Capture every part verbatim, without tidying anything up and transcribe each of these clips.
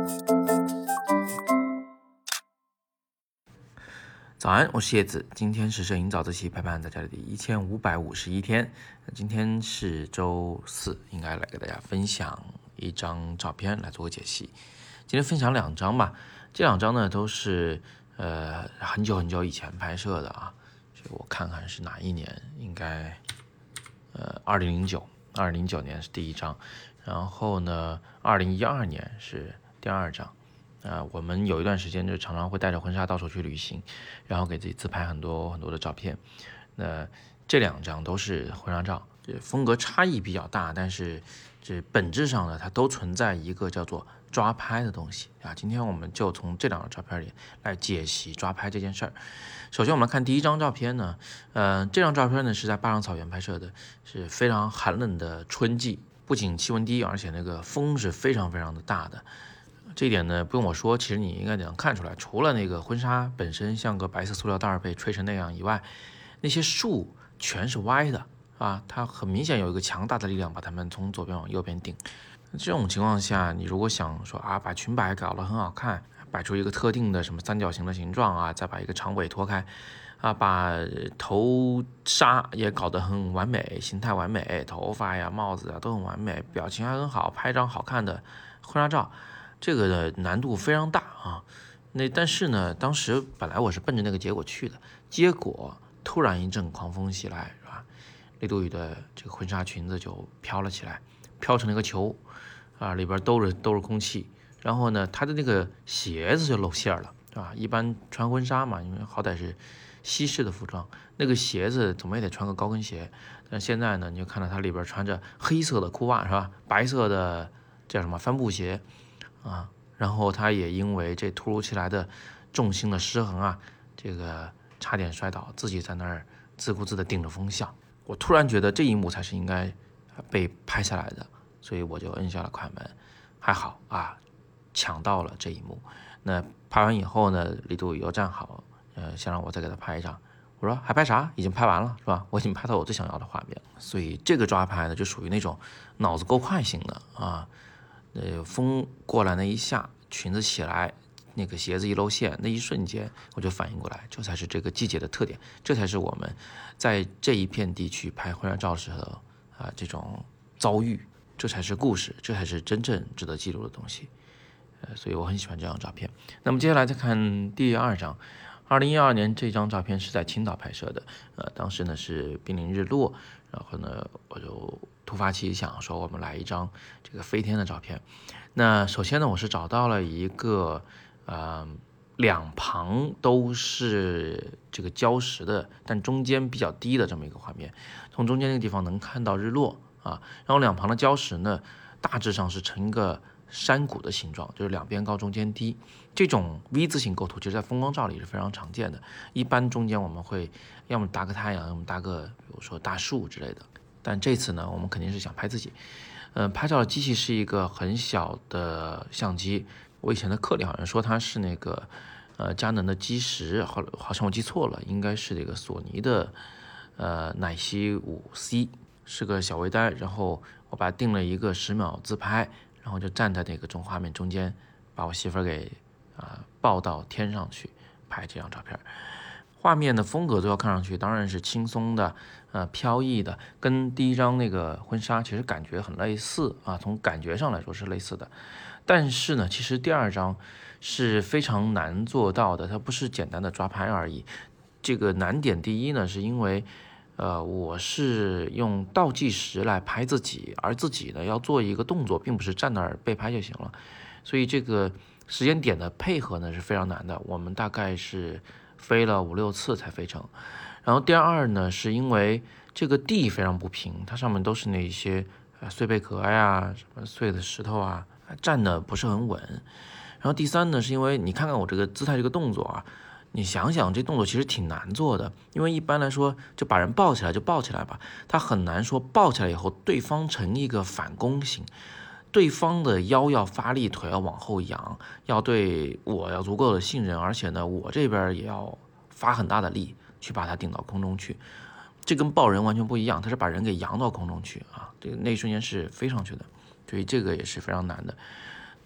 早安，我是叶子。今天是摄影早自习陪伴大家的第一千五百五十一天。今天是周四，应该来给大家分享一张照片来做个解析。今天分享两张吧，这两张呢都是呃很久很久以前拍摄的啊，所以我看看是哪一年，应该呃二零零九，二零零九年是第一张，然后呢二零一二年是第二张。呃，我们有一段时间就常常会带着婚纱到处去旅行，然后给自己自拍很多很多的照片。那这两张都是婚纱照，这风格差异比较大，但是这本质上呢，它都存在一个叫做抓拍的东西啊。今天我们就从这两张照片里来解析抓拍这件事儿。首先我们来看第一张照片呢，呃，这张照片呢是在巴掌草原拍摄的，是非常寒冷的春季，不仅气温低，而且那个风是非常非常的大的。这一点呢，不用我说，其实你应该能看出来。除了那个婚纱本身像个白色塑料袋被吹成那样以外，那些树全是歪的啊，它很明显有一个强大的力量把它们从左边往右边顶。这种情况下，你如果想说啊，把裙摆搞得很好看，摆出一个特定的什么三角形的形状啊，再把一个长尾拖开啊，把头纱也搞得很完美，形态完美，头发呀、帽子啊都很完美，表情还很好，拍张好看的婚纱照。这个的难度非常大啊，那但是呢，当时本来我是奔着那个结果去的，结果突然一阵狂风袭来，是吧？雷多雨的这个婚纱裙子就飘了起来，飘成了一个球啊，里边兜着兜着空气，然后呢，他的那个鞋子就露馅了，是吧？一般穿婚纱嘛，因为好歹是西式的服装，那个鞋子怎么也得穿个高跟鞋，但现在呢，你就看到它里边穿着黑色的裤袜，是吧？白色的叫什么帆布鞋。啊，然后他也因为这突如其来的重心的失衡啊，这个差点摔倒，自己在那儿自顾自的顶着风笑。我突然觉得这一幕才是应该被拍下来的，所以我就摁下了快门。还好啊，抢到了这一幕。那拍完以后呢，李杜又站好，呃，想让我再给他拍一张。我说还拍啥？已经拍完了是吧？我已经拍到我最想要的画面了。所以这个抓拍呢，就属于那种脑子够快型的啊。呃，风过来那一下，裙子起来，那个鞋子一露馅，那一瞬间我就反应过来，这才是这个季节的特点，这才是我们在这一片地区拍婚纱照时候啊这种遭遇，这才是故事，这才是真正值得记录的东西。呃，所以我很喜欢这张照片。那么接下来再看第二张。二零一二年这张照片是在青岛拍摄的，呃，当时呢是濒临日落，然后呢我就突发奇想说我们来一张这个飞天的照片。那首先呢我是找到了一个呃两旁都是这个礁石的，但中间比较低的这么一个画面，从中间那个地方能看到日落啊，然后两旁的礁石呢大致上是成一个山谷的形状，就是两边高中间低，这种 V 字形构图其实在风光照里是非常常见的。一般中间我们会要么搭个太阳，要么搭个比如说大树之类的。但这次呢，我们肯定是想拍自己。嗯、呃，拍照的机器是一个很小的相机，我以前的课里好像说它是那个呃佳能的 G 十，好好像我记错了，应该是这个索尼的呃乃西五 C， 是个小微单，然后我把它定了一个十秒自拍。然后就站在那个中画面中间，把我媳妇儿给啊、呃、抱到天上去拍这张照片。画面的风格最后看上去当然是轻松的，呃飘逸的，跟第一张那个婚纱其实感觉很类似啊，从感觉上来说是类似的。但是呢，其实第二张是非常难做到的，它不是简单的抓拍而已。这个难点第一呢，是因为呃，我是用倒计时来拍自己，而自己呢要做一个动作，并不是站那儿被拍就行了，所以这个时间点的配合呢是非常难的。我们大概是飞了五六次才飞成。然后第二呢，是因为这个地非常不平，它上面都是那些呃碎贝壳呀、什么碎的石头啊，站的不是很稳。然后第三呢，是因为你看看我这个姿态这个动作啊。你想想，这动作其实挺难做的，因为一般来说，就把人抱起来就抱起来吧，他很难说抱起来以后对方成一个反弓形，对方的腰要发力，腿要往后仰，要对我要足够的信任，而且呢，我这边也要发很大的力去把它顶到空中去，这跟抱人完全不一样，它是把人给扬到空中去啊，这个那一瞬间是飞上去的，所以这个也是非常难的。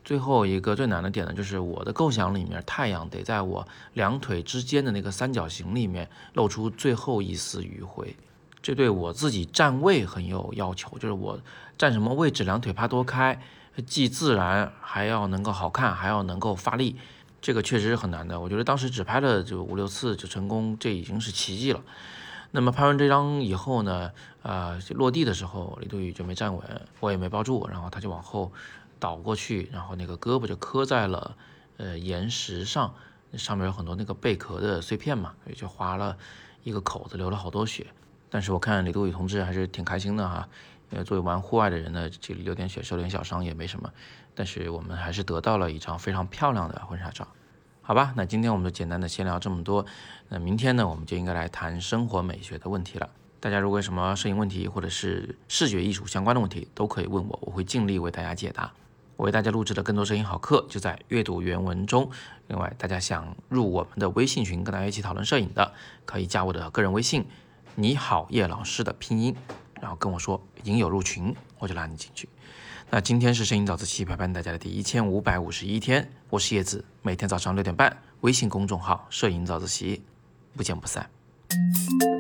最后一个最难的点呢，就是我的构想里面，太阳得在我两腿之间的那个三角形里面露出最后一丝余晖。这对我自己站位很有要求，就是我站什么位置，两腿趴多开，既自然还要能够好看，还要能够发力，这个确实是很难的。我觉得当时只拍了就五六次就成功，这已经是奇迹了。那么拍完这张以后呢，呃，落地的时候李杜宇就没站稳，我也没抱住，然后他就往后倒过去，然后那个胳膊就磕在了呃岩石上，上面有很多那个贝壳的碎片嘛，也就划了一个口子，流了好多血。但是我看李杜宇同志还是挺开心的哈，呃，作为玩户外的人呢，这流点血受点小伤也没什么。但是我们还是得到了一张非常漂亮的婚纱照。好吧，那今天我们就简单的先聊这么多。那明天呢，我们就应该来谈生活美学的问题了。大家如果有什么摄影问题或者是视觉艺术相关的问题，都可以问我，我会尽力为大家解答。我为大家录制的更多摄影好课就在阅读原文中。另外，大家想入我们的微信群跟大家一起讨论摄影的，可以加我的个人微信，你好叶老师的拼音，然后跟我说已经有入群，我就拉你进去。那今天是摄影早自习陪伴大家的第一千五百五十一天，我是叶子，每天早上六点半，微信公众号摄影早自习，不见不散。